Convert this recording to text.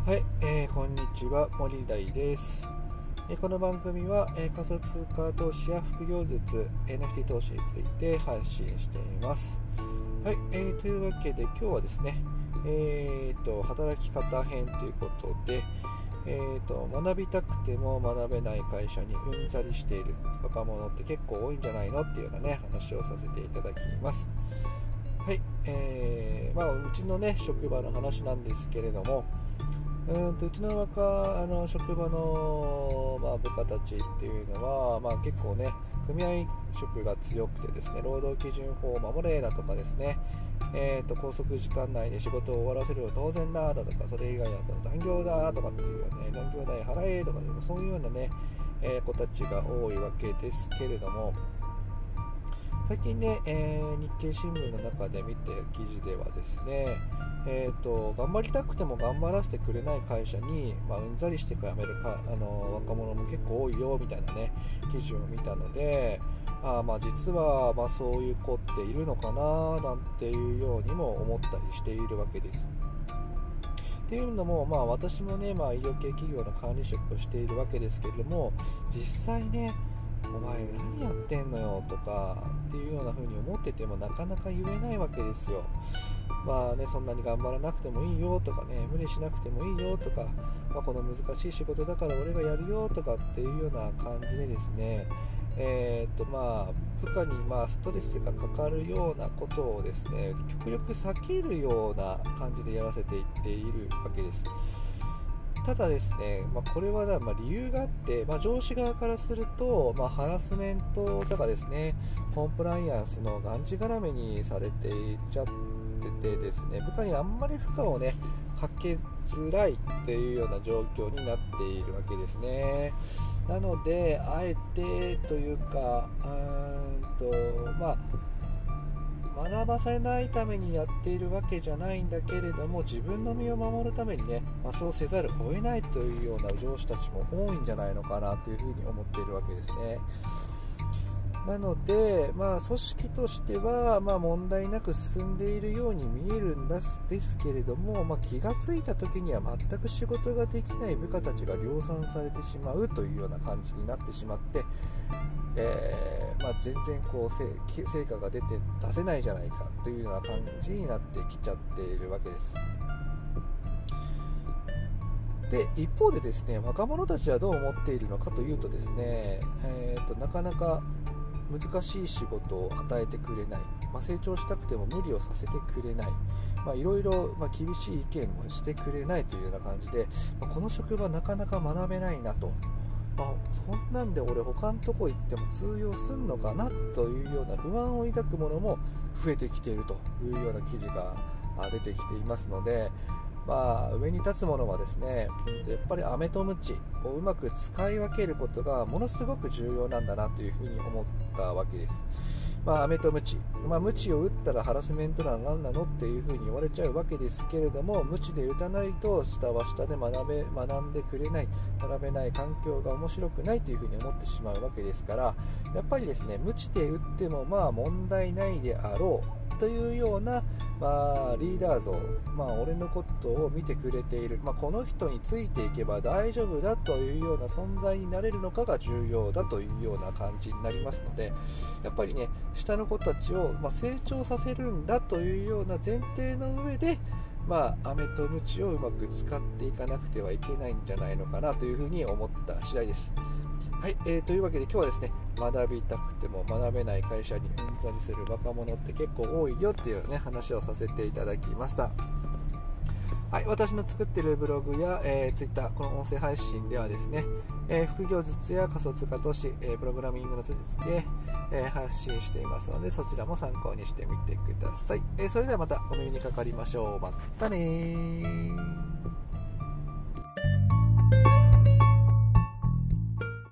はい、こんにちは、森大です。この番組は、仮想通貨投資や副業術、NFT 投資について発信しています。はい、というわけで今日はですね、働き方編ということで、学びたくても学べない会社にうんざりしている若者って結構多いんじゃないのっていうようなね話をさせていただきます。はい、うちのね職場の話なんですけれども、うちの職場の、部下たちっていうのは、結構ね組合色が強くてですね、労働基準法を守れだとかですね、拘束時間内で仕事を終わらせるのは当然だとか、それ以外だと残業だとかっていうような、ね、残業代払えとかでもそういうようなね、子たちが多いわけですけれども、最近ね、日経新聞の中で見て記事ではですね、頑張りたくても頑張らせてくれない会社に、うんざりしてから辞めるか若者も結構多いよみたいなね記事を見たので、実はそういう子っているのかななんていうようにも思ったりしているわけです。っていうのも、私もね、医療系企業の管理職をしているわけですけれども、実際ねお前何やってんのよとかっていうような風に思っててもなかなか言えないわけですよ。そんなに頑張らなくてもいいよとかね、無理しなくてもいいよとか、この難しい仕事だから俺がやるよとかっていうような感じでですね、部下にストレスがかかるようなことをですね極力避けるような感じでやらせていっているわけです。ただですね、これは、理由があって、上司側からすると、ハラスメントとかですね、コンプライアンスのがんじがらめにされていっちゃっててですね、部下にあんまり負荷をねかけづらいっていうような状況になっているわけですね。なのであえてというか学ばせないためにやっているわけじゃないんだけれども、自分の身を守るためにね、そうせざるを得ないというような上司たちも多いんじゃないのかなというふうに思っているわけですね。なので、組織としては、問題なく進んでいるように見えるんですけれども、気がついた時には全く仕事ができない部下たちが量産されてしまうというような感じになってしまって、全然成果が出せないじゃないかというような感じになってきちゃっているわけです。で一方でですね、若者たちはどう思っているのかというとですね、なかなか難しい仕事を与えてくれない、成長したくても無理をさせてくれない、いろいろ厳しい意見もしてくれないというような感じで、この職場なかなか学べないなと、そんなんで俺他のとこ行っても通用すんのかなというような不安を抱くものも増えてきているというような記事が出てきていますので、上に立つものはですね、やっぱり飴とムチをうまく使い分けることがものすごく重要なんだなというふうに思ったわけです。飴とムチ、ムチを打ったらハラスメントなの何なのっていうふうに言われちゃうわけですけれども、ムチで打たないと下は下で学んでくれない、学べない環境が面白くないというふうに思ってしまうわけですから、やっぱりですね、ムチで打っても問題ないであろうというような、リーダー像、俺のことを見てくれている、この人についていけば大丈夫だというような存在になれるのかが重要だというような感じになりますので、やっぱりね下の子たちを成長させるんだというような前提の上で、飴とムチをうまく使っていかなくてはいけないんじゃないのかなというふうに思った次第です。はい、というわけで今日はですね、学びたくても学べない会社にうんざりする若者って結構多いよっていうね話をさせていただきました。はい、私の作っているブログや、Twitter、この音声配信ではですね、副業術や仮想通貨投資、プログラミングの術で、発信していますので、そちらも参考にしてみてください。それではまたお耳にかかりましょう。またねー。